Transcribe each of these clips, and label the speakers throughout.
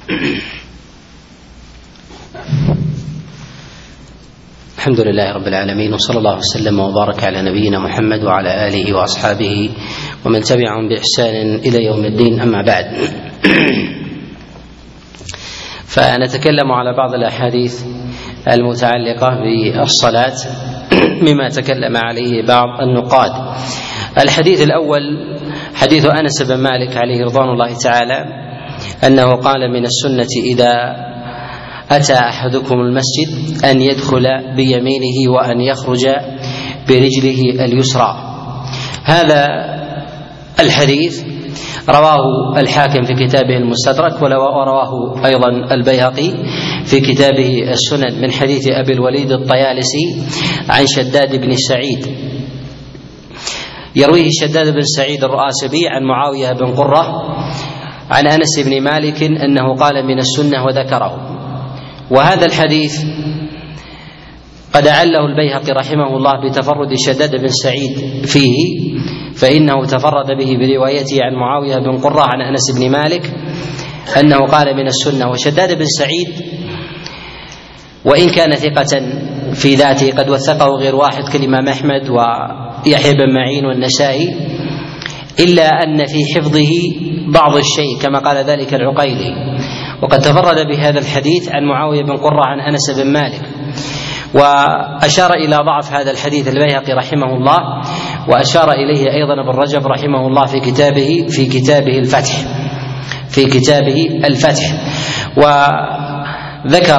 Speaker 1: الحمد لله رب العالمين، وصلى الله وسلم وبارك على نبينا محمد وعلى آله وأصحابه ومن تبعهم بإحسان إلى يوم الدين. أما بعد، فنتكلم على بعض الأحاديث المتعلقة بالصلاة مما تكلم عليه بعض النقاد. الحديث الأول حديث أنس بن مالك عليه رضوان الله تعالى أنه قال: من السنة إذا أتى أحدكم المسجد أن يدخل بيمينه وأن يخرج برجله اليسرى. هذا الحديث رواه الحاكم في كتابه المستدرك، ورواه أيضا البيهقي في كتابه السنن من حديث أبي الوليد الطيالسي عن شداد بن سعيد، يرويه شداد بن سعيد الرؤاسبي عن معاوية بن قرة عن أنس بن مالك أنه قال: من السنة وذكره. وهذا الحديث قد عله البيهقي رحمه الله بتفرد شداد بن سعيد فيه، فإنه تفرد به بروايته عن معاوية بن قرة عن أنس بن مالك أنه قال: من السنة. وشداد بن سعيد وإن كان ثقة في ذاته قد وثقه غير واحد كالإمام أحمد ويحيى بن معين والنسائي، إلا أن في حفظه بعض الشيء كما قال ذلك العقيلي، وقد تفرد بهذا الحديث عن معاوية بن قرة عن أنس بن مالك. وأشار إلى ضعف هذا الحديث البيهقي رحمه الله، وأشار إليه أيضا ابن رجب رحمه الله في كتابه الفتح. وذكر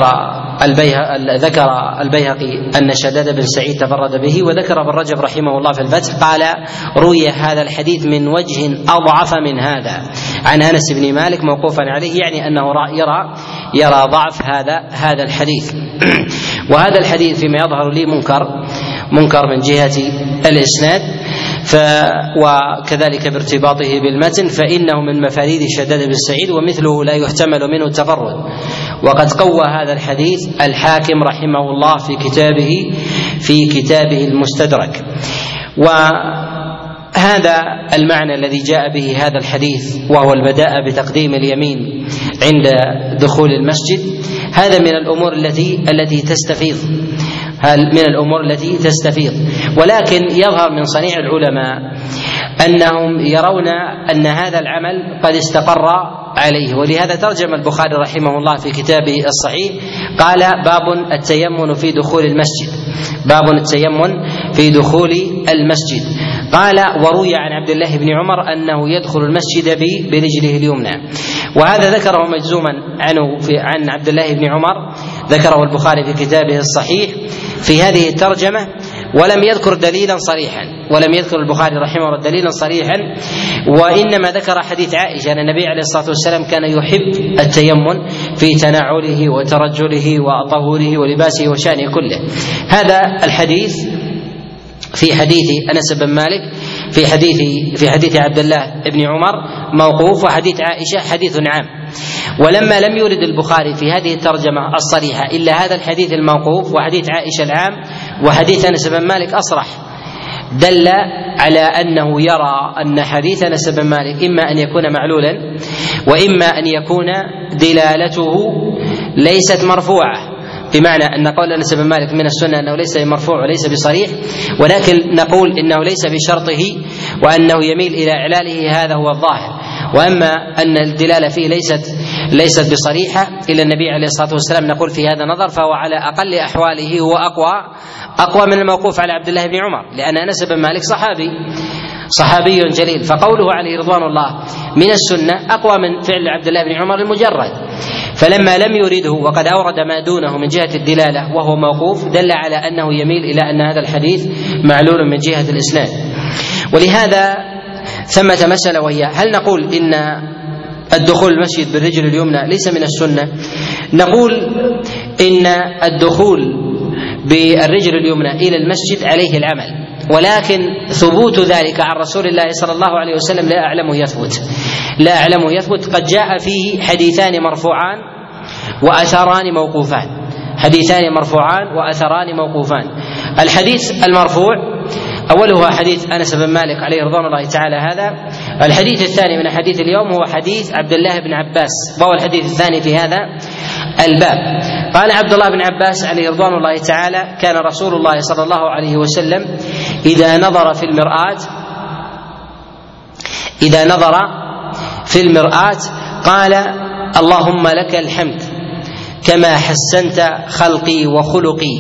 Speaker 1: البيهقي أن شداد بن سعيد تفرد به، وذكر ابن رجب رحمه الله في الفتح قال: روي هذا الحديث من وجه أضعف من هذا عن أنس بن مالك موقوفا عليه، يعني أنه يرى ضعف هذا الحديث. وهذا الحديث فيما يظهر لي منكر من جهة الإسناد، وكذلك بارتباطه بالمتن، فإنه من مفاريد شداد بن سعيد ومثله لا يحتمل منه التفرد. وقد قوى هذا الحديث الحاكم رحمه الله في كتابه المستدرك. وهذا المعنى الذي جاء به هذا الحديث، وهو البداء بتقديم اليمين عند دخول المسجد، هذا من الأمور التي تستفيض. ولكن يظهر من صنيع العلماء أنهم يرون أن هذا العمل قد استقر عليه، ولهذا ترجم البخاري رحمه الله في كتابه الصحيح قال: باب التيمم في دخول المسجد. قال: وروي عن عبد الله بن عمر أنه يدخل المسجد برجله اليمنى. وهذا ذكره مجزوما عن عبد الله بن عمر، ذكره البخاري في كتابه الصحيح في هذه الترجمة، ولم يذكر البخاري رحمه الله دليلا صريحا، وإنما ذكر حديث عائشة أن النبي عليه الصلاة والسلام كان يحب التيمم في تنعله وترجله وطهوره ولباسه وشأنه كله. هذا الحديث في حديث أنس بن مالك في حديث عبد الله بن عمر موقوف، وحديث عائشة حديث عام. ولما لم يورد البخاري في هذه الترجمة الصريحة إلا هذا الحديث الموقوف وحديث عائشة العام وحديث أنس بن مالك أصرح، دل على أنه يرى أن حديث أنس بن مالك إما أن يكون معلولا، وإما أن يكون دلالته ليست مرفوعة، بمعنى أن قول أنس بن مالك من السنة أنه ليس مرفوع وليس بصريح، ولكن نقول إنه ليس بشرطه وأنه يميل إلى إعلاله، هذا هو الظاهر. وأما أن الدلالة فيه ليست بصريحة إلى النبي عليه الصلاة والسلام، نقول في هذا نظر، فهو على أقل أحواله هو أقوى من الموقوف على عبد الله بن عمر، لأن أنس بن مالك صحابي جليل، فقوله عليه رضوان الله من السنة أقوى من فعل عبد الله بن عمر المجرد. فلما لم يرده وقد أورد ما دونه من جهة الدلالة وهو موقوف، دل على أنه يميل إلى أن هذا الحديث معلول من جهة الإسناد. ولهذا ثمة مسألة، وهي هل نقول إن الدخول المسجد بالرجل اليمنى ليس من السنة؟ نقول إن الدخول بالرجل اليمنى إلى المسجد عليه العمل، ولكن ثبوت ذلك عن رسول الله صلى الله عليه وسلم لا أعلمه يثبت. قد جاء فيه حديثان مرفوعان وأثران موقوفان. الحديث المرفوع أولها حديث أنس بن مالك عليه رضوان الله تعالى هذا. الحديث الثاني من حديث اليوم هو حديث عبد الله بن عباس، وهو الحديث الثاني في هذا الباب. قال عبد الله بن عباس عليه رضوان الله تعالى: كان رسول الله صلى الله عليه وسلم إذا نظر في المرآة قال: اللهم لك الحمد كما حسنت خلقي وخلقي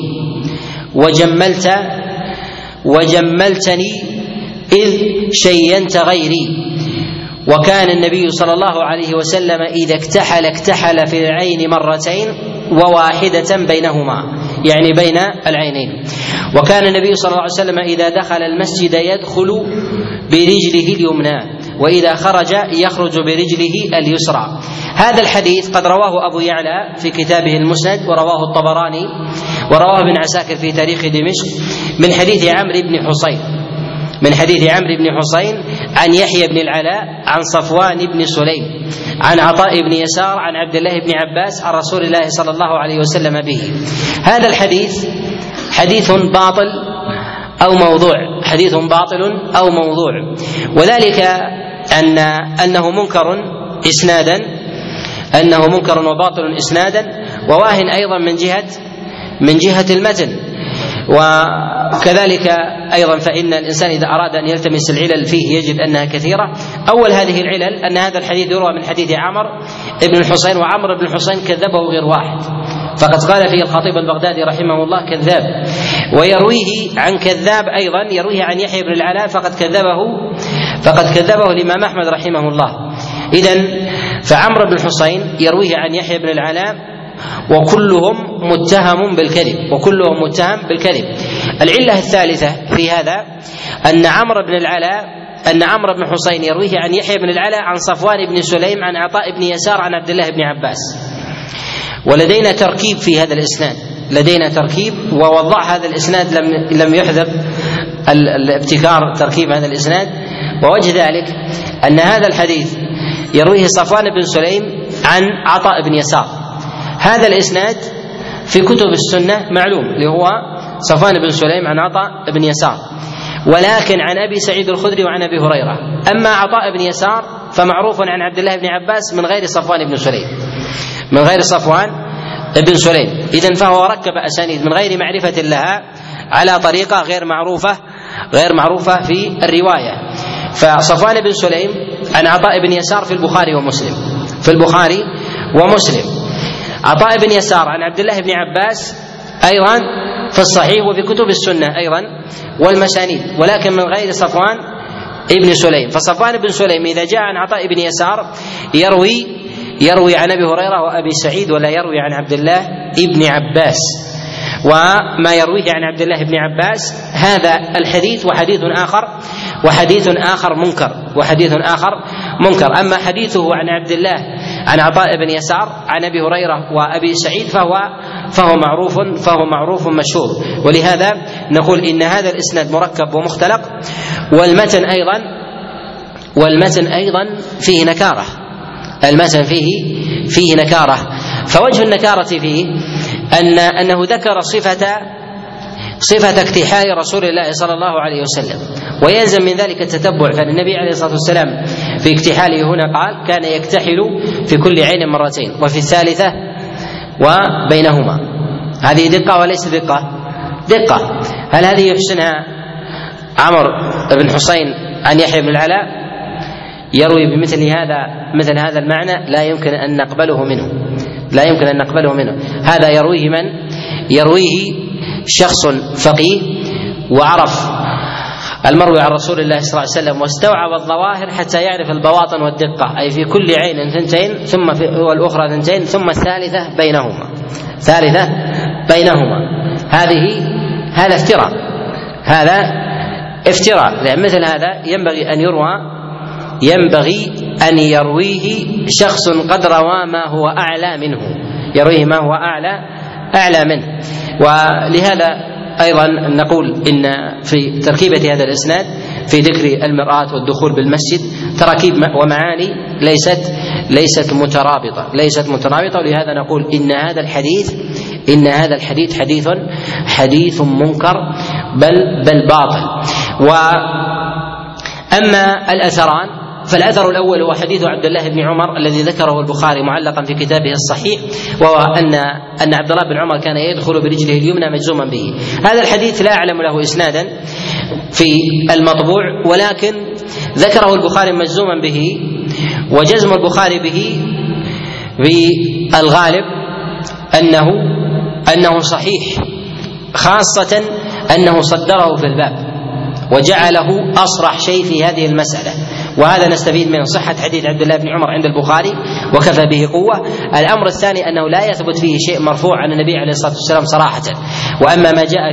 Speaker 1: وجملتني إذ شينت غيري. وكان النبي صلى الله عليه وسلم إذا اكتحل في العين مرتين وواحدة بينهما، يعني بين العينين. وكان النبي صلى الله عليه وسلم إذا دخل المسجد يدخل برجله اليمنى، وإذا خرج يخرج برجله اليسرى. هذا الحديث قد رواه أبو يعلى في كتابه المسند، ورواه الطبراني، ورواه ابن عساكر في تاريخ دمشق من حديث عمرو بن حصين عن يحيى بن العلاء عن صفوان بن سليم عن عطاء بن يسار عن عبد الله بن عباس عن رسول الله صلى الله عليه وسلم به. هذا الحديث حديث باطل أو موضوع، وذلك أنه منكر وباطل إسنادا، وواهن أيضا من جهة المتن. وكذلك أيضا فإن الإنسان إذا أراد أن يلتمس العلل فيه يجد أنها كثيرة. أول هذه العلل أن هذا الحديث يروى من حديث عمرو بن الحصين، وعمرو بن الحصين كذبه غير واحد، فقد قال فيه الخطيب البغدادي رحمه الله كذاب. ويرويه عن كذاب أيضا، يرويه عن يحيى بن العلاء فقد كذبه الإمام أحمد رحمه الله. إذن فعمرو بن الحصين يرويه عن يحيى بن العلاء، وكلهم متهم بالكذب. العلة الثالثة في هذا أن عمرو بن حصين يرويه عن يحيى بن العلاء عن صفوان بن سليم عن عطاء بن يسار عن عبد الله بن عباس. ولدينا تركيب في هذا الإسناد، ووضع هذا الإسناد لم يحذف الابتكار تركيب هذا الإسناد. ووجه ذلك أن هذا الحديث يرويه صفوان بن سليم عن عطاء بن يسار. هذا الإسناد في كتب السنة معلوم، اللي هو صفوان بن سليم عن عطاء بن يسار، ولكن عن أبي سعيد الخدري وعن أبي هريرة. أما عطاء بن يسار فمعروف عن عبد الله بن عباس من غير صفوان بن سليم. إذن فهو ركب أسانيد من غير معرفة لها على طريقة غير معروفة في الرواية. فصفوان بن سليم عن عطاء بن يسار في البخاري ومسلم. عطاء بن يسار عن عبد الله بن عباس أيضا في الصحيح وفي كتب السنة أيضا والمسانيد، ولكن من غير صفوان بن سليم. فصفوان بن سليم إذا جاء عن عطاء بن يسار يروي عن أبي هريرة وأبي سعيد، ولا يروي عن عبد الله بن عباس. وما يرويه عن عبد الله بن عباس هذا الحديث وحديث آخر منكر. أما حديثه عن عبد الله عن عطاء بن يسار عن أبي هريرة وأبي سعيد فهو معروف مشهور. ولهذا نقول إن هذا الإسناد مركب ومختلق، والمتن أيضا فيه نكارة. فيه نكارة. فوجه النكارة فيه أنه ذكر صفة اكتحال رسول الله صلى الله عليه وسلم، ويلزم من ذلك التتبع. فالنبي عليه الصلاة والسلام في اكتحاله هنا قال: كان يكتحل في كل عين مرتين وفي الثالثة وبينهما. هذه دقة وليس دقة. هل هذه يحسنها عمرو بن حصين عن يحيى بن العلاء يروي بمثل هذا المعنى؟ لا يمكن أن نقبله منه. هذا يرويه من؟ يرويه شخص فقيه وعرف المروي عن رسول الله صلى الله عليه وسلم، واستوعب الظواهر حتى يعرف البواطن والدقة، أي في كل عين 2 ثم في والأخرى 2 ثم الثالثة بينهما. هذا افتراء. لأن مثل هذا ينبغي أن يرويه شخص قد روى ما هو أعلى منه. ولهذا أيضا نقول إن في تركيبة هذا الإسناد في ذكر المرآة والدخول بالمسجد تراكيب ومعاني ليست مترابطة. ولهذا نقول إن هذا الحديث حديث منكر بل باطل. وأما الأثران فالأثر الأول هو حديث عبد الله بن عمر الذي ذكره البخاري معلقا في كتابه الصحيح، وهو أن عبد الله بن عمر كان يدخل برجله اليمنى مجزوما به. هذا الحديث لا أعلم له إسنادا في المطبوع، ولكن ذكره البخاري مجزوما به، وجزم البخاري به بالغالب أنه صحيح، خاصة أنه صدره في الباب وجعله أصرح شيء في هذه المسألة، وهذا نستفيد من صحة حديث عبد الله بن عمر عند البخاري وكفى به قوة. الأمر الثاني أنه لا يثبت فيه شيء مرفوع عن النبي عليه الصلاة والسلام صراحة، وأما ما جاء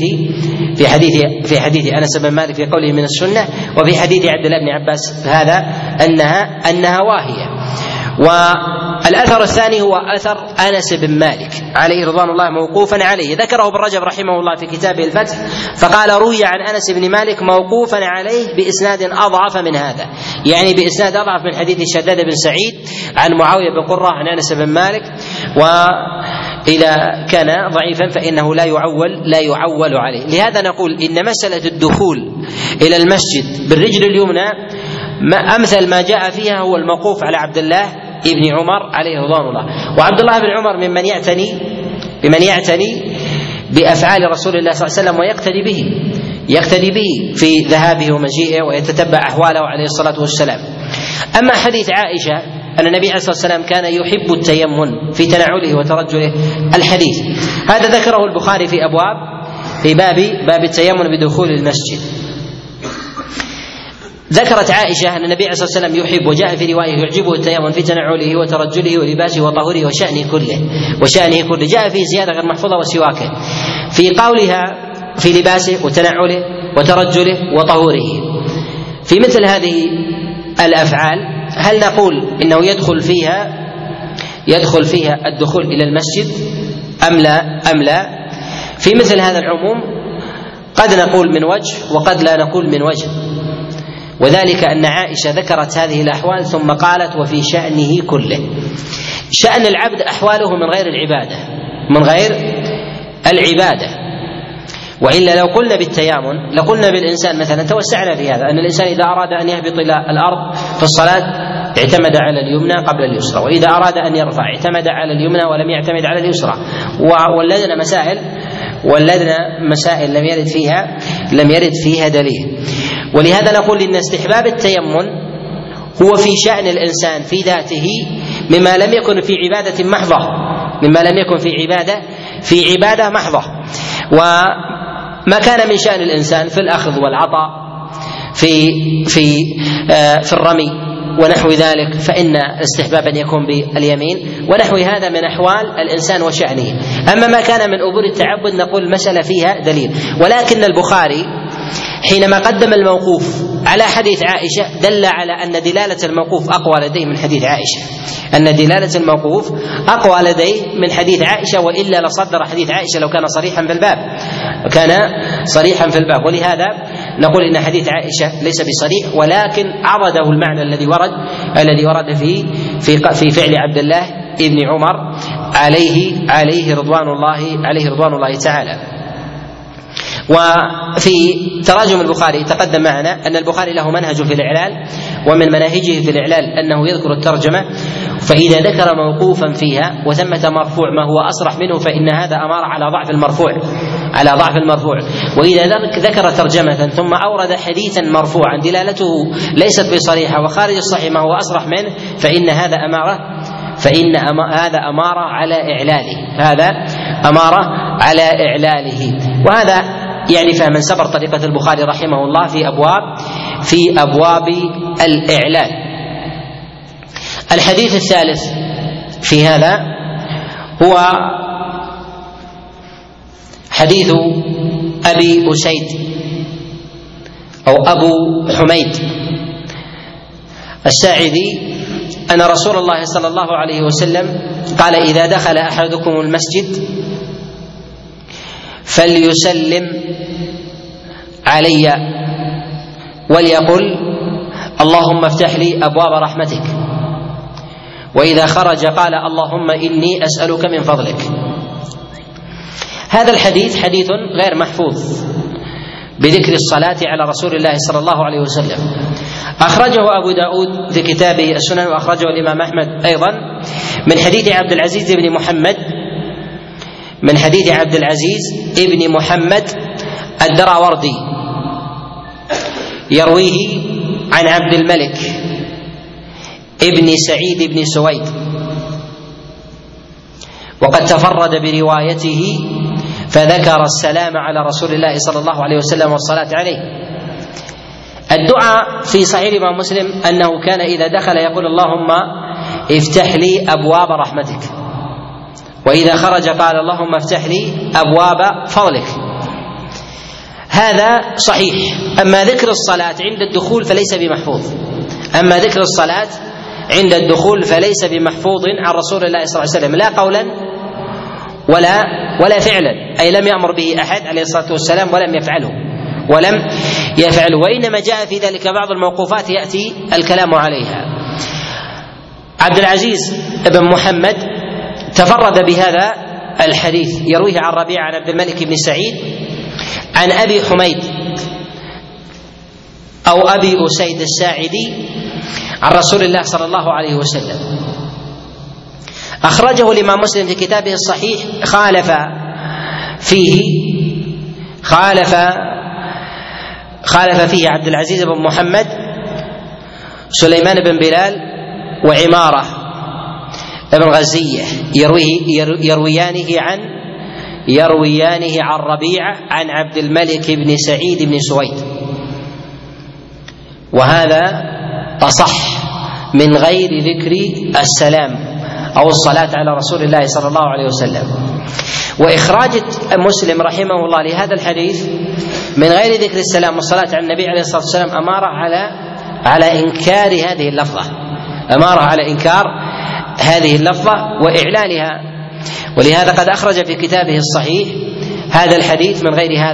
Speaker 1: في حديث أنس بن مالك في قوله من السنة، وفي حديث عبد الله بن عباس هذا أنها واهية. والأثر الثاني هو أثر أنس بن مالك عليه رضوان الله موقوفا عليه، ذكره ابن رجب رحمه الله في كتابه الفتح، فقال روي عن أنس بن مالك موقوفا عليه بإسناد أضعف من هذا، يعني بإسناد أضعف من حديث شداد بن سعيد عن معاوية بن قرة عن أنس بن مالك، وإذا كان ضعيفا فإنه لا يعول عليه. لهذا نقول إن مسألة الدخول إلى المسجد بالرجل اليمنى أمثل ما جاء فيها هو الموقوف على عبد الله ابن عمر عليه رضوان الله. وعبد الله بن عمر ممن يعتني بأفعال رسول الله صلى الله عليه وسلم ويقتدي به في ذهابه ومجيئه ويتتبع أحواله عليه الصلاة والسلام. أما حديث عائشة أن النبي عليه الصلاة والسلام كان يحب التيمم في تنعله وترجله، الحديث هذا ذكره البخاري في باب التيمم بدخول المسجد. ذكرت عائشة أن النبي عليه الصلاة والسلام يحب، وجاء في رواية يعجبه التيمم في تنعله وترجله ولباسه وطهوره وشأنه كله، جاء فيه زيادة غير محفوظة وسواكه في قولها في لباسه وتنعله وترجله وطهوره. في مثل هذه الأفعال هل نقول إنه يدخل فيها الدخول إلى المسجد أم لا؟ في مثل هذا العموم قد نقول من وجه وقد لا نقول من وجه، وذلك أن عائشة ذكرت هذه الأحوال ثم قالت وفي شأنه كله. شأن العبد أحواله من غير العبادة، وإلا لو قلنا بالتيامن لقلنا بالإنسان مثلا توسعنا في هذا، أن الإنسان إذا أراد أن يهبط إلى الأرض في الصلاة اعتمد على اليمنى قبل اليسرى، وإذا أراد أن يرفع اعتمد على اليمنى ولم يعتمد على اليسرى. ولدنا مسائل لم يرد فيها دليل. ولهذا نقول إن استحباب التيمم هو في شأن الإنسان في ذاته مما لم يكن في عبادة محضة، وما كان من شأن الإنسان في الأخذ والعطاء في الرمي ونحو ذلك فإن استحباب أن يكون باليمين ونحو هذا من أحوال الإنسان وشأنه. أما ما كان من أمور التعبد نقول المسألة فيها دليل. ولكن البخاري حينما قدم الموقوف على حديث عائشة دل على أن دلالة الموقوف أقوى لديه من حديث عائشة، وإلا لصدر حديث عائشة لو كان صريحا في الباب. ولهذا نقول إن حديث عائشة ليس بصريح، ولكن عرضه المعنى الذي ورد في فعل عبد الله ابن عمر عليه رضوان الله تعالى. وفي تراجم البخاري تقدم معنا أن البخاري له منهج في الإعلال، ومن مناهجه في الإعلال أنه يذكر الترجمة، فإذا ذكر موقوفا فيها وثمة مرفوع ما هو أصرح منه فإن هذا أمر على ضعف المرفوع. وإذا ذكر ترجمة ثم أورد حديثا مرفوعا دلالته ليست بصريحة وخارج الصحيح ما هو أصرح منه فإن هذا أمارة على إعلاله. وهذا يعني فهم سبر طريقة البخاري رحمه الله في أبواب الإعلال. الحديث الثالث في هذا هو حديث أبي أسيد أو أبو حميد الساعدي أن رسول الله صلى الله عليه وسلم قال إذا دخل أحدكم المسجد فليسلم علي وليقل اللهم افتح لي أبواب رحمتك، وإذا خرج قال اللهم إني أسألك من فضلك. هذا الحديث حديث غير محفوظ بذكر الصلاة على رسول الله صلى الله عليه وسلم. أخرجه أبو داود في كتابه السنن، وأخرجه الإمام أحمد أيضا من حديث عبد العزيز بن محمد، من حديث عبد العزيز بن محمد الدراوردي يرويه عن عبد الملك ابن سعيد بن سويد، وقد تفرد بروايته فذكر السلام على رسول الله صلى الله عليه وسلم والصلاة عليه. الدعاء في صحيح الإمام مسلم أنه كان إذا دخل يقول اللهم افتح لي أبواب رحمتك، وإذا خرج قال اللهم افتح لي أبواب فضلك. هذا صحيح. أما ذكر الصلاة عند الدخول فليس بمحفوظ، أما ذكر الصلاة عند الدخول فليس بمحفوظ عن رسول الله صلى الله عليه وسلم، لا قولا ولا فعلا، أي لم يأمر به أحد عليه الصلاة والسلام ولم يفعله، وإنما جاء في ذلك بعض الموقوفات يأتي الكلام عليها. عبد العزيز بن محمد تفرد بهذا الحديث، يرويه عن ربيعة عن عبد الملك بن سعيد عن أبي حميد أو أبي أسيد الساعدي عن رسول الله صلى الله عليه وسلم. أخرجه الإمام مسلم في كتابه الصحيح، خالف فيه عبد العزيز بن محمد سليمان بن بلال وعمارة بن غزية يرويانه عن ربيعة عن عبد الملك بن سعيد بن سويد، وهذا أصح من غير ذكر السلام أو الصلاة على رسول الله صلى الله عليه وسلم. وإخراج مسلم رحمه الله لهذا الحديث من غير ذكر السلام والصلاة على النبي عليه الصلاة والسلام أمارة على إنكار هذه اللفظة، أمارة على إنكار هذه اللفظة وإعلانها. ولهذا قد أخرج في كتابه الصحيح هذا الحديث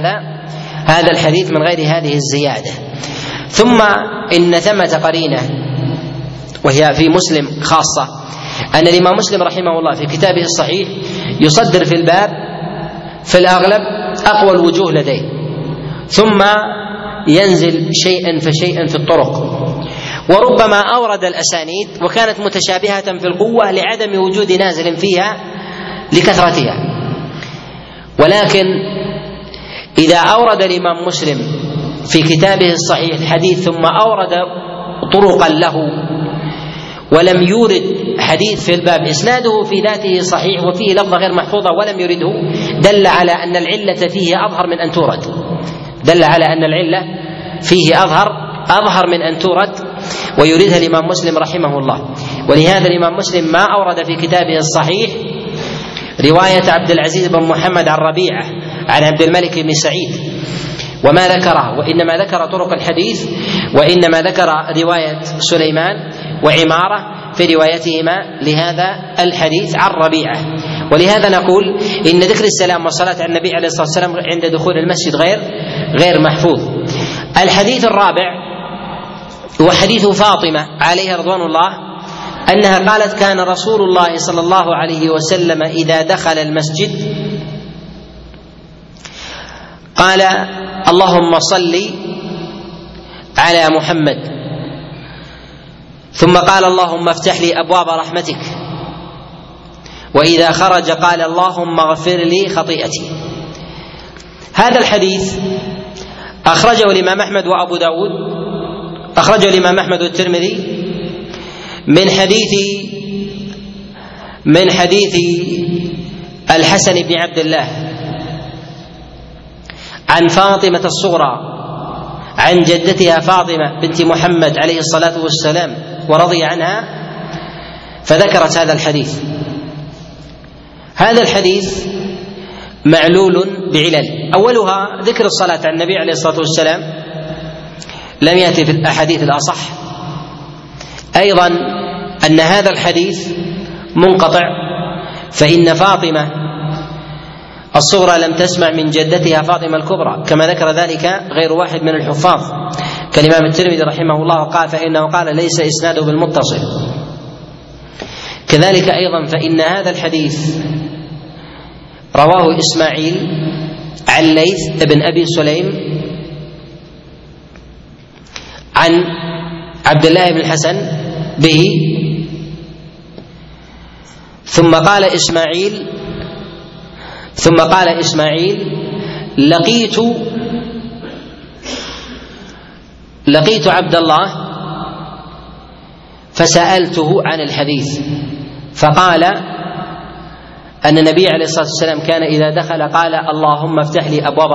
Speaker 1: من غير هذه الزيادة. ثم إن ثمة قرينة وهي في مسلم خاصة، أن الإمام مسلم رحمه الله في كتابه الصحيح يصدر في الباب في الأغلب أقوى الوجوه لديه، ثم ينزل شيئا فشيئا في الطرق، وربما أورد الأسانيد وكانت متشابهة في القوة لعدم وجود نازل فيها لكثرتها. ولكن إذا أورد الإمام مسلم في كتابه الصحيح الحديث ثم أورد طرقا له ولم يورد حديث في الباب إسناده في ذاته صحيح وفيه لفظة غير محفوظة ولم يرده، دل على أن العلة فيه أظهر من أن تورد، دل على أن العلة فيه أظهر من أن تورد ويريدها الإمام مسلم رحمه الله. ولهذا الإمام مسلم ما أورد في كتابه الصحيح رواية عبد العزيز بن محمد عن ربيعة عن عبد الملك بن سعيد وما ذكره، وإنما ذكر طرق الحديث، وإنما ذكر رواية سليمان وعمارة في روايتهما لهذا الحديث عن ربيعة. ولهذا نقول إن ذكر السلام والصلاة على النبي عليه الصلاة والسلام عند دخول المسجد غير محفوظ. الحديث الرابع هو حديث فاطمة عليها رضوان الله أنها قالت كان رسول الله صلى الله عليه وسلم إذا دخل المسجد قال اللهم صل على محمد، ثم قال اللهم افتح لي أبواب رحمتك، وإذا خرج قال اللهم اغفر لي خطيئتي. هذا الحديث أخرجه الإمام أحمد وأبو داود، أخرجه الإمام أحمد والترمذي من حديث الحسن بن عبد الله عن فاطمة الصغرى عن جدتها فاطمة بنت محمد عليه الصلاة والسلام ورضي عنها، فذكرت هذا الحديث. هذا الحديث معلول بعلل، أولها ذكر الصلاة على النبي عليه الصلاة والسلام لم يأتي في الأحاديث الأصح، أيضا أن هذا الحديث منقطع، فإن فاطمة الصغرى لم تسمع من جدتها فاطمة الكبرى، كما ذكر ذلك غير واحد من الحفاظ كالإمام الترمذي رحمه الله وقال فإنه قال ليس إسناده بالمتصل. كذلك أيضا فإن هذا الحديث رواه إسماعيل عن ليث بن أبي سليم عن عبد الله بن الحسن به، ثم قال إسماعيل لقيت عبد الله فسألته عن الحديث، فقال أن النبي عليه الصلاة والسلام كان إذا دخل قال اللهم افتح لي أبواب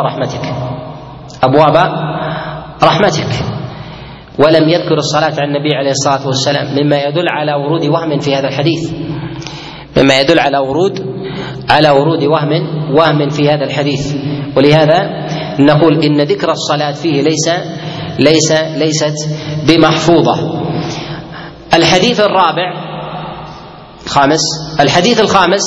Speaker 1: رحمتك، ولم يذكر الصلاة على النبي عليه الصلاة والسلام، مما يدل على ورود وهم في هذا الحديث، مما يدل على ورود وهم في هذا الحديث. ولهذا نقول إن ذكر الصلاة فيه ليست بمحفوظة. الحديث الخامس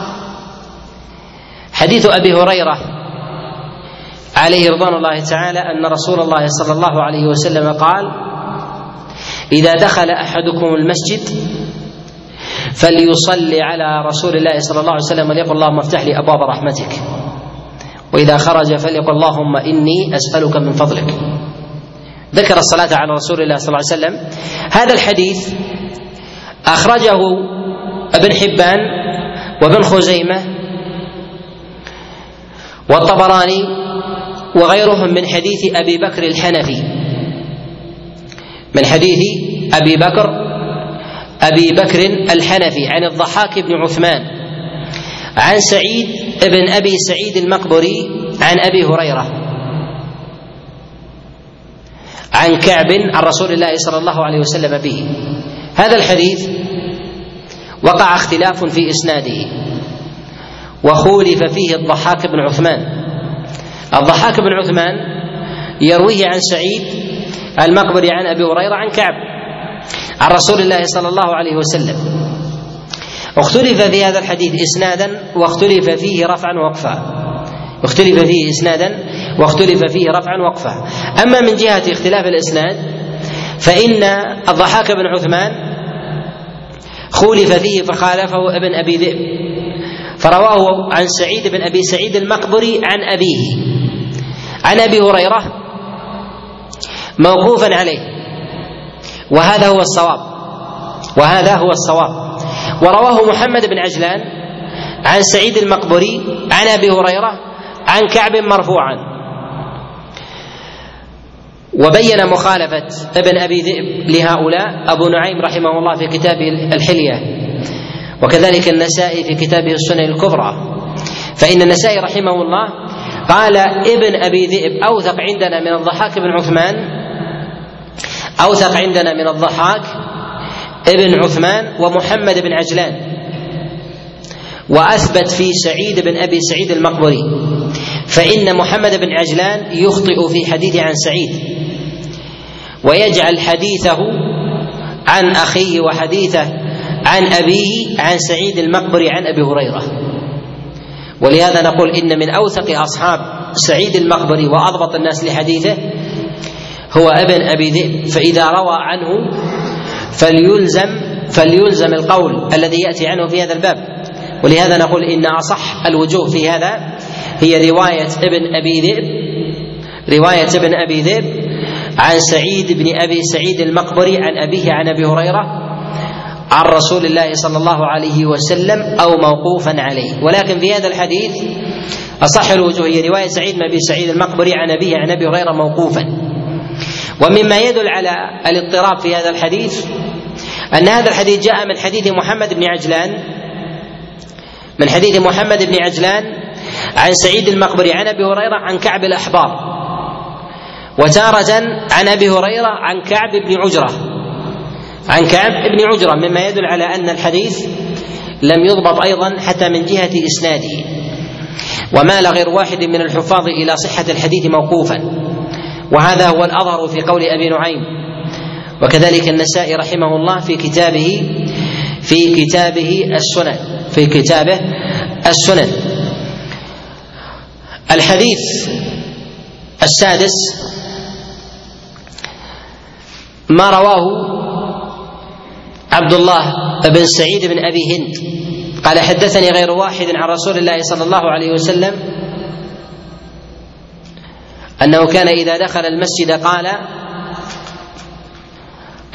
Speaker 1: حديث أبي هريرة عليه رضوان الله تعالى أن رسول الله صلى الله عليه وسلم قال: إذا دخل أحدكم المسجد فليصلي على رسول الله صلى الله عليه وسلم وليقل اللهم افتح لي أبواب رحمتك، وإذا خرج فليقل اللهم إني أسألك من فضلك. ذكر الصلاة على رسول الله صلى الله عليه وسلم. هذا الحديث أخرجه ابن حبان وابن خزيمة والطبراني وغيرهم من حديث أبي بكر الحنفي، من حديث أبي بكر الحنفي عن الضحاك بن عثمان عن سعيد بن أبي سعيد المقبري عن أبي هريرة عن كعب عن رسول الله صلى الله عليه وسلم به. هذا الحديث وقع اختلاف في إسناده وخولف فيه الضحاك بن عثمان. الضحاك بن عثمان يرويه عن سعيد المقبري عن أبي هريرة عن كعب عن رسول الله صلى الله عليه وسلم. اختلف في هذا الحديث إسنادا واختلف فيه رفعا وقفا. أما من جهة اختلاف الإسناد فإن الضحاك بن عثمان خولف فيه فخالفه ابن أبي ذئب، فرواه عن سعيد بن أبي سعيد المقبري عن أبيه عن أبي هريرة موقوفا عليه، وهذا هو الصواب. ورواه محمد بن عجلان عن سعيد المقبري عن أبي هريرة عن كعب مرفوعا. وبين مخالفة ابن أبي ذئب لهؤلاء أبو نعيم رحمه الله في كتابه الحلية، وكذلك النسائي في كتابه السنن الكبرى. فإن النسائي رحمه الله قال ابن أبي ذئب أوثق عندنا من الضحاك بن عثمان، ابن عثمان ومحمد بن عجلان، وأثبت في سعيد بن أبي سعيد المقبري، فإن محمد بن عجلان يخطئ في حديثه عن سعيد ويجعل حديثه عن أخيه وحديثه عن أبيه عن سعيد المقبري عن أبي هريرة. ولهذا نقول إن من أوثق أصحاب سعيد المقبري وأضبط الناس لحديثه هو ابن أبي ذئب، فإذا روى عنه فليلزم القول الذي يأتي عنه في هذا الباب. ولهذا نقول إن أصح الوجوه في هذا هي رواية ابن أبي ذئب عن سعيد بن أبي سعيد المقبري عن أبيه عن أبي هريرة عن رسول الله صلى الله عليه وسلم أو موقوفا عليه. ولكن في هذا الحديث أصح الوجوه هي رواية سعيد بن أبي سعيد المقبري عن أبيه عن أبي هريرة موقوفا. ومما يدل على الاضطراب في هذا الحديث أن هذا الحديث جاء من حديث محمد بن عجلان عن سعيد المقبري عن أبي هريرة عن كعب الأحبار، وتارة عن أبي هريرة عن كعب بن عجرة، مما يدل على أن الحديث لم يضبط أيضا حتى من جهة إسناده، ومال غير واحد من الحفاظ إلى صحة الحديث موقوفا، وهذا هو الأظهر في قول أبي نعيم، وكذلك النسائي رحمه الله في كتابه السنن. الحديث السادس ما رواه عبد الله بن سعيد بن أبي هند قال حدثني غير واحد عن رسول الله صلى الله عليه وسلم أنه كان إذا دخل المسجد قال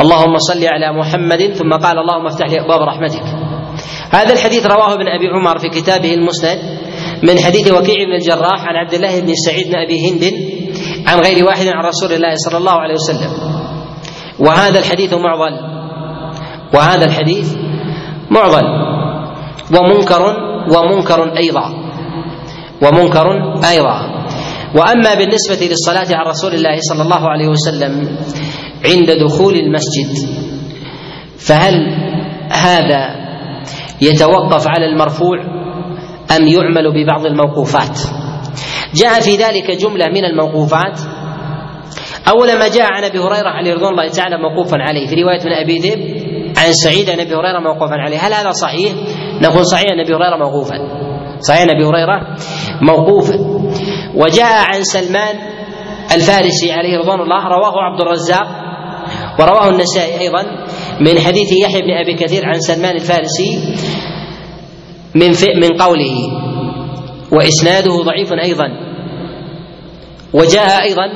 Speaker 1: اللهم صل على محمد ثم قال اللهم افتح لي أبواب رحمتك. هذا الحديث رواه ابن أبي عمر في كتابه المسند من حديث وكيع بن الجراح عن عبد الله بن سعيد بن أبي هند عن غير واحد عن رسول الله صلى الله عليه وسلم. وهذا الحديث معضل ومنكر أيضا. وأما بالنسبة للصلاة على رسول الله صلى الله عليه وسلم عند دخول المسجد فهل هذا يتوقف على المرفوع أم يعمل ببعض الموقوفات؟ جاء في ذلك جملة من الموقوفات. أول ما جاء عن أبي هريرة عليه رضوان الله تعالى موقوفا عليه في رواية من أبي ذئب عن سعيد عن أبي هريرة موقوفا عليه. هل هذا صحيح؟ نقول صحيح أن أبي هريرة موقوفا. وجاء عن سلمان الفارسي عليه رضوان الله رواه عبد الرزاق ورواه النسائي أيضا من حديث يحيى بن أبي كثير عن سلمان الفارسي من قوله وإسناده ضعيف أيضا. وجاء أيضا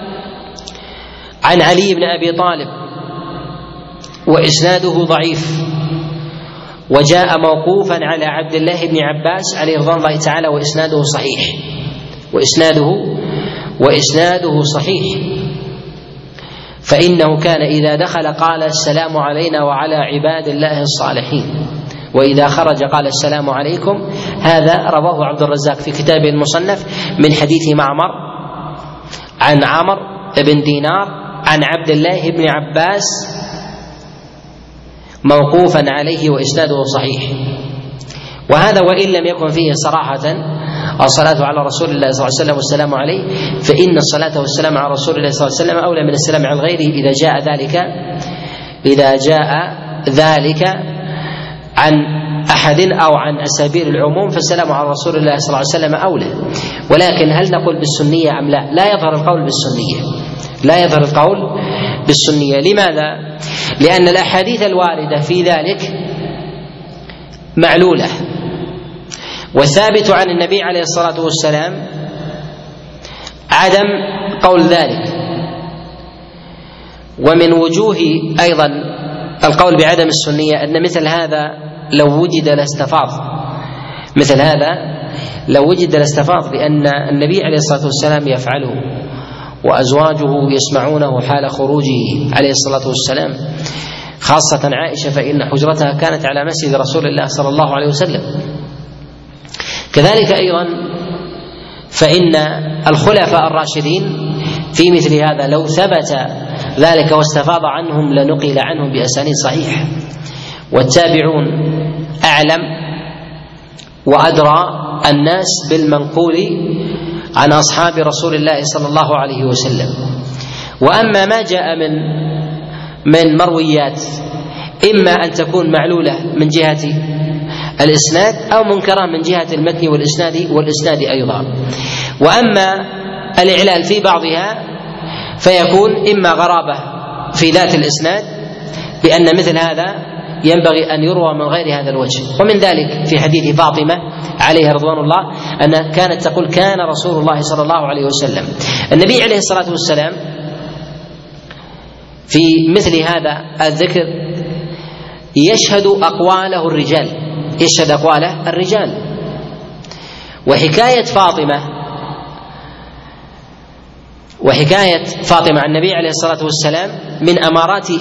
Speaker 1: عن علي بن أبي طالب وإسناده ضعيف. وجاء موقوفا على عبد الله بن عباس عليه رضوان الله تعالى وإسناده صحيح فإنه كان إذا دخل قال السلام علينا وعلى عباد الله الصالحين وإذا خرج قال السلام عليكم. هذا رواه عبد الرزاق في كتابه المصنف من حديث معمر عن عمرو بن دينار عن عبد الله بن عباس موقوفا عليه وإسناده صحيح. وهذا وإن لم يكن فيه صراحة الصلاة على رسول الله صلى الله عليه وسلم والسلام عليه فإن الصلاة والسلام على رسول الله صلى الله عليه وسلم أولى من السلام على غيره إذا جاء ذلك عن أحد أو عن أسابير العموم فالسلام على رسول الله صلى الله عليه وسلم أولى. ولكن هل نقول بالسنية أم لا؟ لا يظهر القول بالسنية. لماذا؟ لأن الأحاديث الواردة في ذلك معلولة والثابت عن النبي عليه الصلاة والسلام عدم قول ذلك. ومن وجوه أيضا القول بعدم السنية أن مثل هذا لو وجد لاستفاض لأن النبي عليه الصلاة والسلام يفعله وأزواجه يسمعونه حال خروجه عليه الصلاة والسلام خاصة عائشة فإن حجرتها كانت على مسجد رسول الله صلى الله عليه وسلم. كذلك أيضا فإن الخلفاء الراشدين في مثل هذا لو ثبت ذلك واستفاض عنهم لنقل عنهم بأسانيد صحيحة. والتابعون أعلم وأدرى الناس بالمنقول عن أصحاب رسول الله صلى الله عليه وسلم. وأما ما جاء من مرويات إما أن تكون معلولة من جهة الإسناد أو منكرة من جهة المتن والإسناد أيضا. وأما الإعلال في بعضها فيكون إما غرابة في ذات الإسناد بأن مثل هذا ينبغي أن يروى من غير هذا الوجه. ومن ذلك في حديث فاطمة عليها رضوان الله أن كانت تقول كان رسول الله صلى الله عليه وسلم النبي عليه الصلاة والسلام في مثل هذا الذكر يشهد أقواله الرجال. وحكاية فاطمة عن النبي عليه الصلاة والسلام من أمارات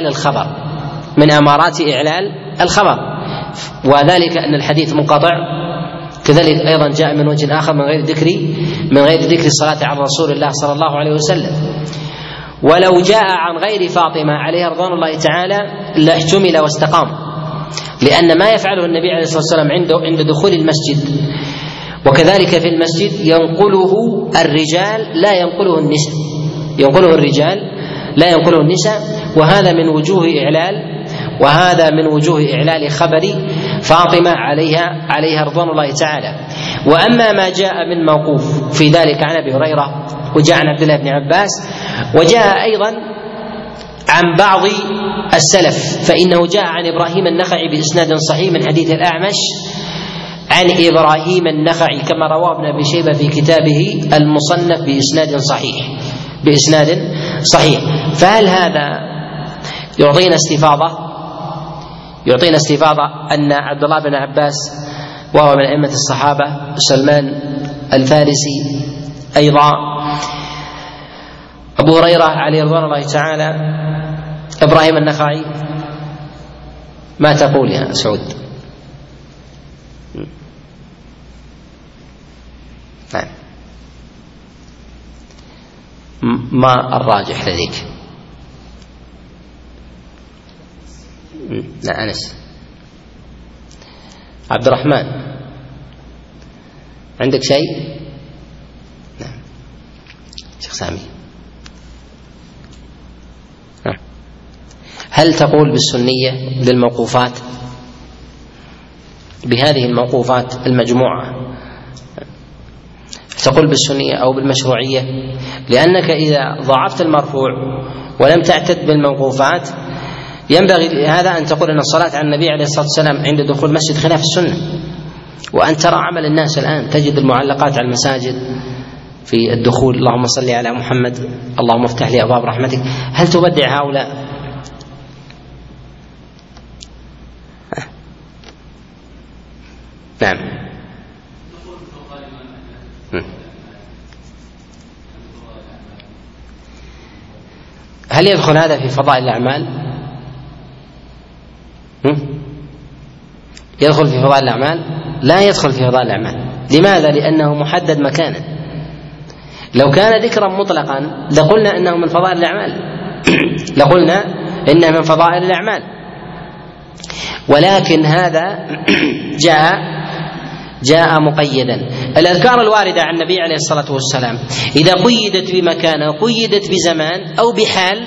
Speaker 1: إعلال الخبر وذلك أن الحديث منقطع. كذلك أيضا جاء من وجه آخر من غير ذكر الصلاة على رسول الله صلى الله عليه وسلم. ولو جاء عن غير فاطمة عليها رضوان الله تعالى لاحتمل واستقام لأن ما يفعله النبي عليه الصلاة والسلام عند دخول المسجد وكذلك في المسجد ينقله الرجال لا ينقله النساء. وهذا من وجوه إعلال خبر فاطمة عليها رضوان الله تعالى. وأما ما جاء من موقوف في ذلك عن أبي هريرة وجاء عن عبد الله بن عباس وجاء أيضا عن بعض السلف فإنه جاء عن إبراهيم النخعي بإسناد صحيح من حديث الأعمش عن إبراهيم النخعي كما رواه ابن أبي شيبة في كتابه المصنف بإسناد صحيح. فهل هذا يعطينا استفاضة أن عبد الله بن عباس وهو من أئمة الصحابة، سلمان الفارسي أيضا، أبو هريرة عليه رضوان الله تعالى، إبراهيم النخعي. ما تقول يا سعود؟ نعم، ما الراجح لديك؟ لا، أنس. عبد الرحمن، عندك شيء؟ نعم. شيخ سامي، نعم. هل تقول بالسنية للموقوفات، بهذه الموقوفات المجموعة، تقول بالسنية أو بالمشروعية؟ لأنك إذا ضعفت المرفوع ولم تعتد بالموقوفات ينبغي هذا أن تقول أن الصلاة على النبي عليه الصلاة والسلام عند دخول المسجد خلاف السنة. وأن ترى عمل الناس الآن، تجد المعلقات على المساجد في الدخول: اللهم صل على محمد، اللهم افتح لي أبواب رحمتك. هل تبدع هؤلاء؟ نعم. هل يدخل هذا في فضائل الأعمال؟ يدخل في فضائل الأعمال؟ لا يدخل في فضائل الأعمال. لماذا؟ لأنه محدد مكانا. لو كان ذكرا مطلقا لقلنا إنه من فضائل الأعمال لقلنا إنه من فضائل الأعمال، ولكن هذا جاء مقيدا. الأذكار الواردة عن النبي عليه الصلاة والسلام إذا قيدت بمكان أو قيدت بزمان أو بحال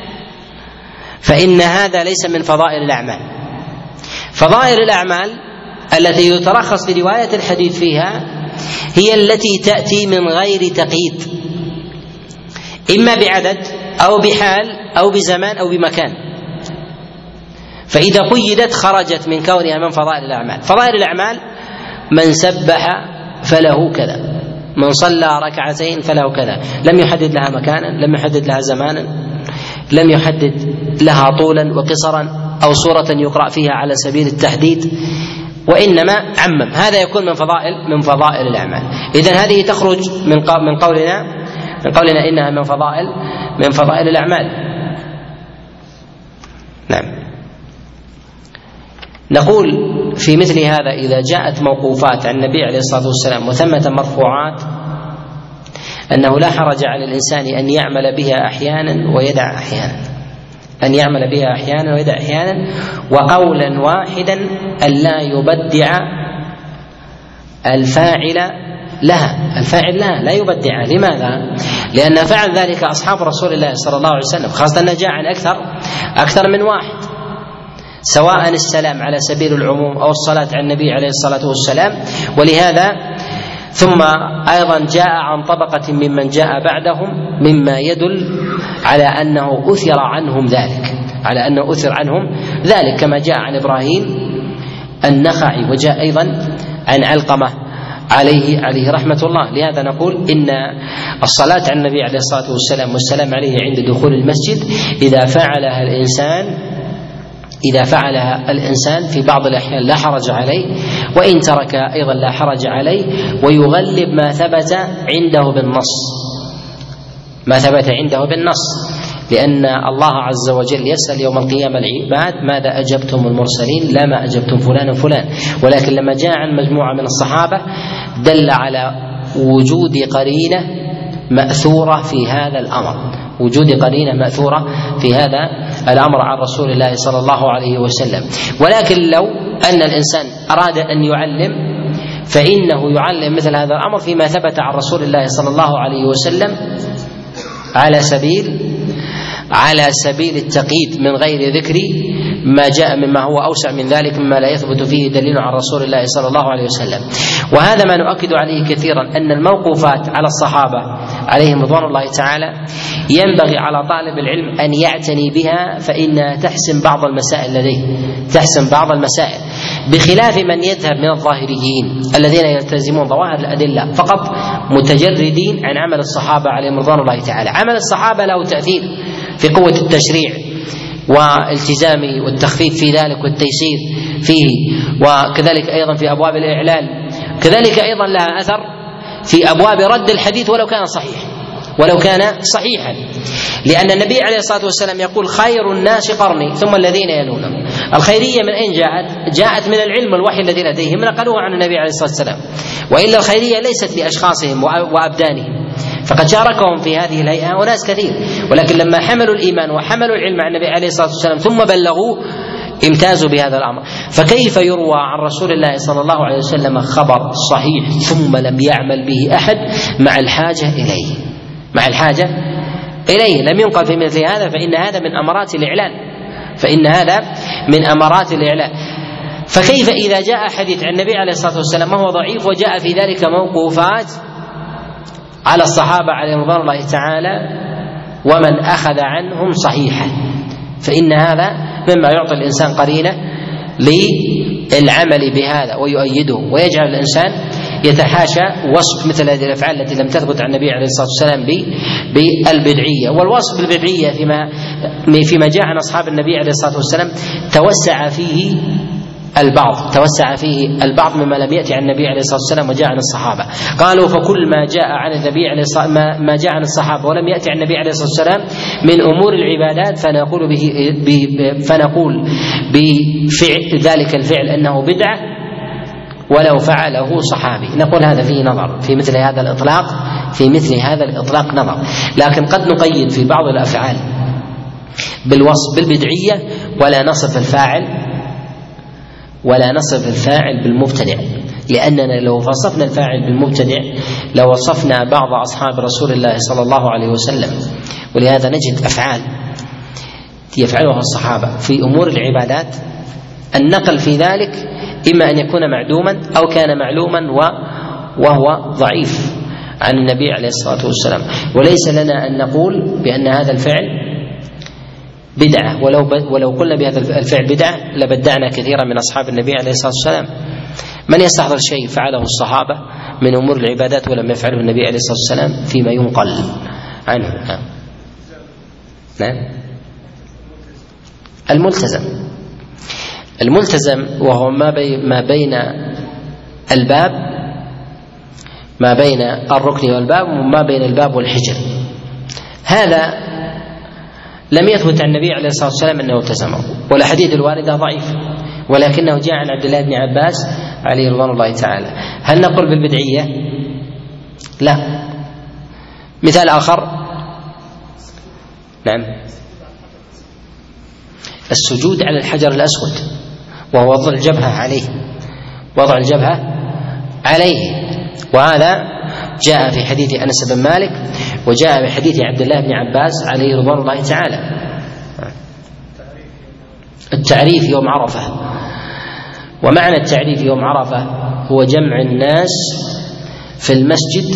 Speaker 1: فإن هذا ليس من فضائل الأعمال. فضائل الأعمال التي يترخص لرواية الحديث فيها هي التي تأتي من غير تقييد، إما بعدد أو بحال أو بزمان أو بمكان، فإذا قيدت خرجت من كونها من فضائل الأعمال. فضائل الأعمال: من سبح فله كذا، من صلى ركعتين فله كذا. لم يحدد لها مكانا، لم يحدد لها زمانا، لم يحدد لها طولا وقصرا أو صورة يقرأ فيها على سبيل التحديد، وإنما عمم. هذا يكون من فضائل الأعمال. إذن هذه تخرج من قولنا إنها من فضائل الأعمال. نعم. نقول في مثل هذا إذا جاءت موقوفات عن النبي عليه الصلاة والسلام وثمة مرفوعات أنه لا حرج على الإنسان أن يعمل بها أحيانا ويدع أحيانا، وقولا واحدا أن لا يبدع الفاعل لها لا يبدع. لماذا؟ لأن فعل ذلك أصحاب رسول الله صلى الله عليه وسلم، خاصة أن جاء عن أكثر من واحد، سواء السلام على سبيل العموم أو الصلاة على النبي عليه الصلاة والسلام. ولهذا ثم أيضا جاء عن طبقة ممن جاء بعدهم مما يدل على أنه أثر عنهم ذلك، كما جاء عن إبراهيم النخعي، وجاء أيضا عن علقمة عليه رحمة الله. لهذا نقول إن الصلاة على النبي عليه الصلاة والسلام والسلام عليه عند دخول المسجد إذا فعلها الإنسان في بعض الأحيان لا حرج عليه، وإن ترك أيضا لا حرج عليه، ويغلب ما ثبت عنده بالنص، لأن الله عز وجل يسأل يوم القيامة العباد: ماذا أجبتم المرسلين؟ لا ما أجبتم فلان. ولكن لما جاء عن مجموعة من الصحابة دل على وجود قرينة مأثورة في هذا الأمر عن رسول الله صلى الله عليه وسلم. ولكن لو أن الإنسان أراد أن يعلم فإنه يعلم مثل هذا الأمر فيما ثبت عن رسول الله صلى الله عليه وسلم على سبيل التقييد من غير ذكر ما جاء مما هو أوسع من ذلك مما لا يثبت فيه دليل عن رسول الله صلى الله عليه وسلم. وهذا ما نؤكد عليه كثيرا، أن الموقوفات على الصحابة عليهم رضوان الله تعالى ينبغي على طالب العلم أن يعتني بها، فإنها تحسم بعض المسائل، بخلاف من يذهب من الظاهريين الذين يلتزمون ظواهر الأدلة فقط متجردين عن عمل الصحابة عليهم رضوان الله تعالى. عمل الصحابة له تأثير في قوة التشريع والتزامه والتخفيف في ذلك والتيسير فيه، وكذلك أيضا في أبواب الإعلال، كذلك أيضا لها أثر في أبواب رد الحديث ولو كان صحيحا، لأن النبي عليه الصلاة والسلام يقول خير الناس قرني ثم الذين يلونهم. الخيرية من أين جاءت من العلم والوحي الذي لديهم نقلوه عن النبي عليه الصلاة والسلام، وإلا الخيرية ليست بأشخاصهم وأبدانهم، فقد شاركهم في هذه الهيئة وناس كثير، ولكن لما حملوا الإيمان وحملوا العلم عن النبي عليه الصلاة والسلام ثم بلغوا امتازوا بهذا الأمر. فكيف يروى عن رسول الله صلى الله عليه وسلم خبر صحيح ثم لم يعمل به أحد مع الحاجة إليه لم ينقل في مثل هذا، فإن هذا من أمارات الإعلان. فكيف إذا جاء حديث عن النبي عليه الصلاة والسلام وهو ضعيف وجاء في ذلك موقوفات على الصحابة عليهم رضوان الله تعالى ومن أخذ عنهم صحيحا، فإن هذا مما يعطي الإنسان قرينة للعمل بهذا ويؤيده، ويجعل الإنسان يتحاشى وصف مثل هذه الأفعال التي لم تثبت عن النبي عليه الصلاة والسلام بالبدعية. والوصف بالبدعية فيما جاء عن أصحاب النبي عليه الصلاة والسلام توسع فيه البعض مما لم يأتي عن النبي عليه الصلاة والسلام وجاء عن الصحابة. قالوا فكل ما جاء عن النبي عليه ما جاء عن الصحابة ولم يأتي عن النبي عليه الصلاة والسلام من أمور العبادات فنقول بفعل ذلك الفعل أنه بدعة ولو فعله صحابي. نقول هذا فيه نظر في مثل هذا الإطلاق نظر، لكن قد نقيد في بعض الأفعال بالوصف بالبدعية ولا نصف الفاعل بالمبتدع، لأننا لو وصفنا الفاعل بالمبتدع لو وصفنا بعض أصحاب رسول الله صلى الله عليه وسلم. ولهذا نجد أفعال يفعلها الصحابة في أمور العبادات النقل في ذلك إما أن يكون معدوما أو كان معلوما وهو ضعيف عن النبي عليه الصلاة والسلام، وليس لنا أن نقول بأن هذا الفعل بدعة، ولو قلنا بهذا الفعل بدعة لبدعنا كثيرا من أصحاب النبي عليه الصلاة والسلام. من يستحضر شيء فعله الصحابة من أمور العبادات ولم يفعله النبي عليه الصلاة والسلام فيما ينقل عنه؟ نعم. الملتزم وهو ما بين الركن والباب وما بين الباب والحجر. هذا لم يثبت عن النبي عليه الصلاة والسلام أنه التزمه، والأحاديث الواردة ضعيفة، ولكنه جاء عن عبد الله بن عباس عليه رضوان الله تعالى. هل نقول بالبدعية؟ لا. مثال آخر، نعم، السجود على الحجر الأسود وهو وضع الجبهة عليه، وهذا جاء في حديث أنس بن مالك وجاء في حديث عبد الله بن عباس عليه رضوان الله تعالى. التعريف يوم عرفة، ومعنى التعريف يوم عرفة هو جمع الناس في المسجد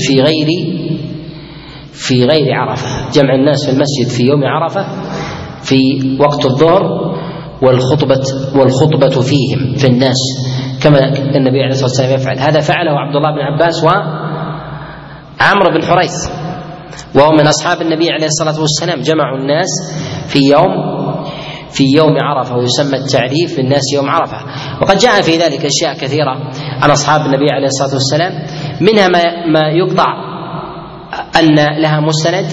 Speaker 1: في غير عرفة، جمع الناس في المسجد في يوم عرفة في وقت الظهر والخطبة فيهم في الناس كما النبي عليه الصلاة والسلام يفعل. هذا فعله عبد الله بن عباس وعمرو بن حريث، وهو من أصحاب النبي عليه الصلاة والسلام، جمعوا الناس في يوم عرفة، ويسمى التعريف بالناس يوم عرفة. وقد جاء في ذلك أشياء كثيرة عن أصحاب النبي عليه الصلاة والسلام، منها ما يقطع أن لها مستند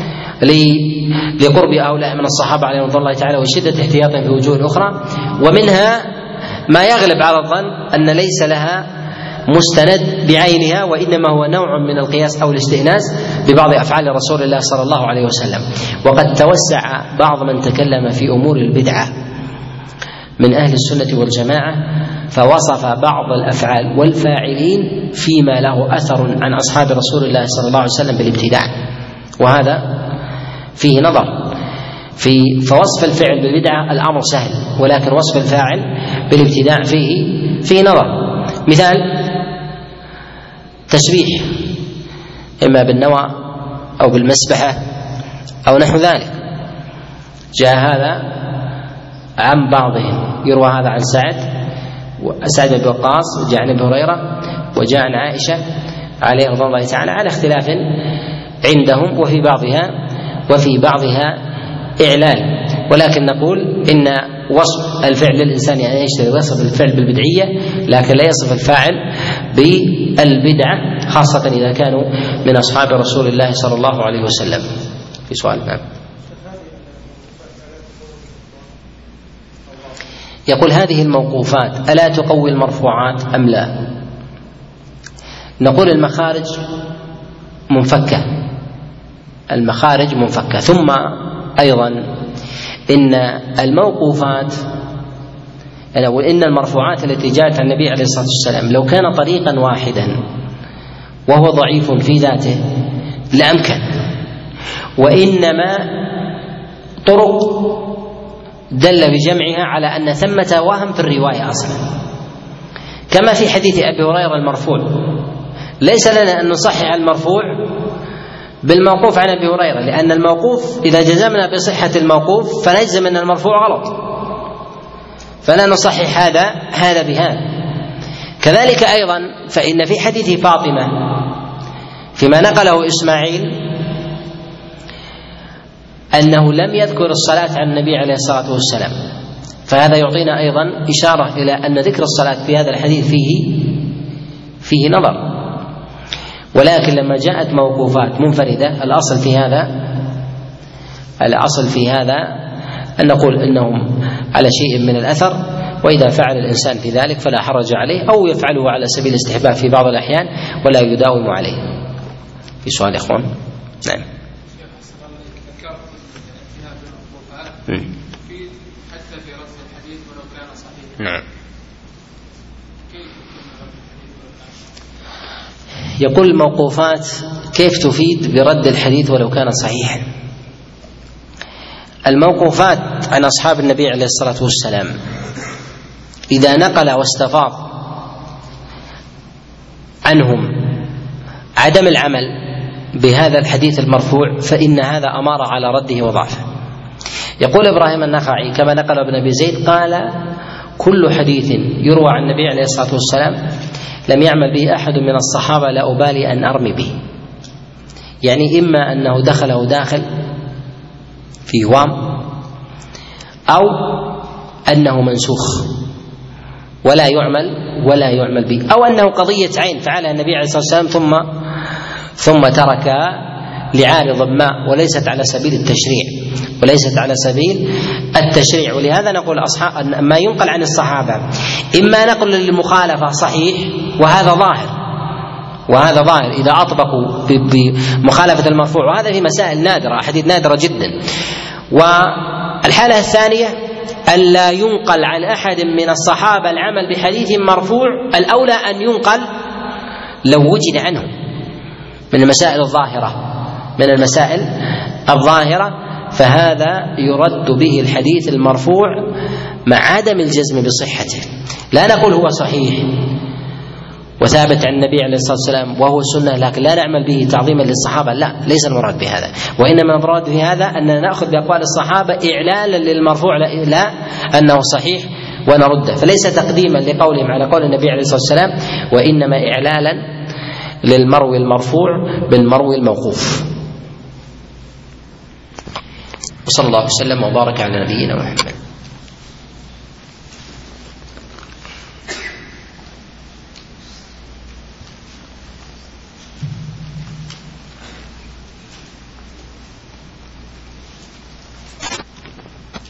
Speaker 1: لقرب هؤلاء من الصحابة عليهم رضي الله تعالى وشدة احتياطهم في وجوه أخرى، ومنها ما يغلب على الظن أن ليس لها مستند بعينها، وإنما هو نوع من القياس أو الاستئناس ببعض أفعال رسول الله صلى الله عليه وسلم. وقد توسع بعض من تكلم في أمور البدعة من أهل السنة والجماعة فوصف بعض الأفعال والفاعلين فيما له أثر عن أصحاب رسول الله صلى الله عليه وسلم بالابتداع، وهذا فيه نظر. فوصف الفعل بالبدعة الأمر سهل، ولكن وصف الفاعل بالابتداع فيه نظر. مثال تسبيح إما بالنوى أو بالمسبحة أو نحو ذلك، جاء هذا عن بعضهم، يروى هذا عن سعد بن وقاص، وجاء عن ابي هريرة، وجاء عن عائشة عليه رضي الله تعالى، على اختلاف عندهم، وفي بعضها إعلال. ولكن نقول إن وصف الفعل للإنسان يعني يشتري يصف الفعل بالبدعية، لكن لا يصف الفاعل بالبدعة، خاصة إذا كانوا من أصحاب رسول الله صلى الله عليه وسلم. في سؤال نعم. يقول هذه الموقوفات ألا تقوي المرفوعات أم لا؟ نقول المخارج منفكة، ثم أيضا إن الموقوفات إن المرفوعات التي جاءت عن النبي عليه الصلاة والسلام لو كان طريقا واحدا وهو ضعيف في ذاته لأمكن، وإنما طرق دل بجمعها على أن ثمة وهم في الرواية أصلا، كما في حديث أبي هريرة المرفوع. ليس لنا أن نصحح المرفوع بالموقوف عن أبي هريرة، لأن الموقوف إذا جزمنا بصحة الموقوف فنجزم أن المرفوع غلط، فلا نصحح هذا بهذا. كذلك أيضا فإن في حديث فاطمة فيما نقله إسماعيل أنه لم يذكر الصلاة على النبي عليه الصلاة والسلام، فهذا يعطينا أيضا إشارة إلى أن ذكر الصلاة في هذا الحديث فيه نظر. ولكن لما جاءت موقوفات منفردة الأصل في هذا أن نقول إنهم على شيء من الأثر، وإذا فعل الإنسان في ذلك فلا حرج عليه، أو يفعله على سبيل الاستحباب في بعض الأحيان ولا يداوم عليه. في سؤال يا إخوان؟ نعم.
Speaker 2: حتى في رد الحديث ولو كان صحيحا.
Speaker 1: نعم. يقول الموقوفات كيف تفيد برد الحديث ولو كان صحيحا؟ الموقوفات عن أصحاب النبي عليه الصلاة والسلام إذا نقل واستفاض عنهم عدم العمل بهذا الحديث المرفوع فإن هذا أمارة على رده وضعفه. يقول إبراهيم النخعي كما نقل ابن أبي زيد قال: كل حديث يروى عن النبي عليه الصلاة والسلام لم يعمل به أحد من الصحابة لا أبالي أن أرمي به. يعني إما أنه داخل في وام، أو أنه منسوخ ولا يعمل به، أو أنه قضية عين فعلها النبي عليه الصلاة والسلام ثم ترك لعارض ما، وليست على سبيل التشريع. ولهذا نقول ما ينقل عن الصحابة إما نقل للمخالفة صحيح، وهذا ظاهر إذا أطبقوا بمخالفة المرفوع، وهذا في مسائل نادرة، أحاديث نادرة جدا. والحالة الثانية ألا ينقل عن أحد من الصحابة العمل بحديث مرفوع، الأولى أن ينقل لو وجد عنه من المسائل الظاهرة، فهذا يرد به الحديث المرفوع مع عدم الجزم بصحته. لا نقول هو صحيح وثابت عن النبي عليه الصلاة والسلام وهو سنة لكن لا نعمل به تعظيما للصحابة، لا، ليس المراد بهذا، وإنما المراد بهذا أننا نأخذ بأقوال الصحابة إعلالا للمرفوع لا أنه صحيح ونرده، فليس تقديما لقولهم على قول النبي عليه الصلاة والسلام، وإنما إعلالا للمروي المرفوع بالمروي الموقوف. وصلى الله وسلم وبارك على نبينا محمد.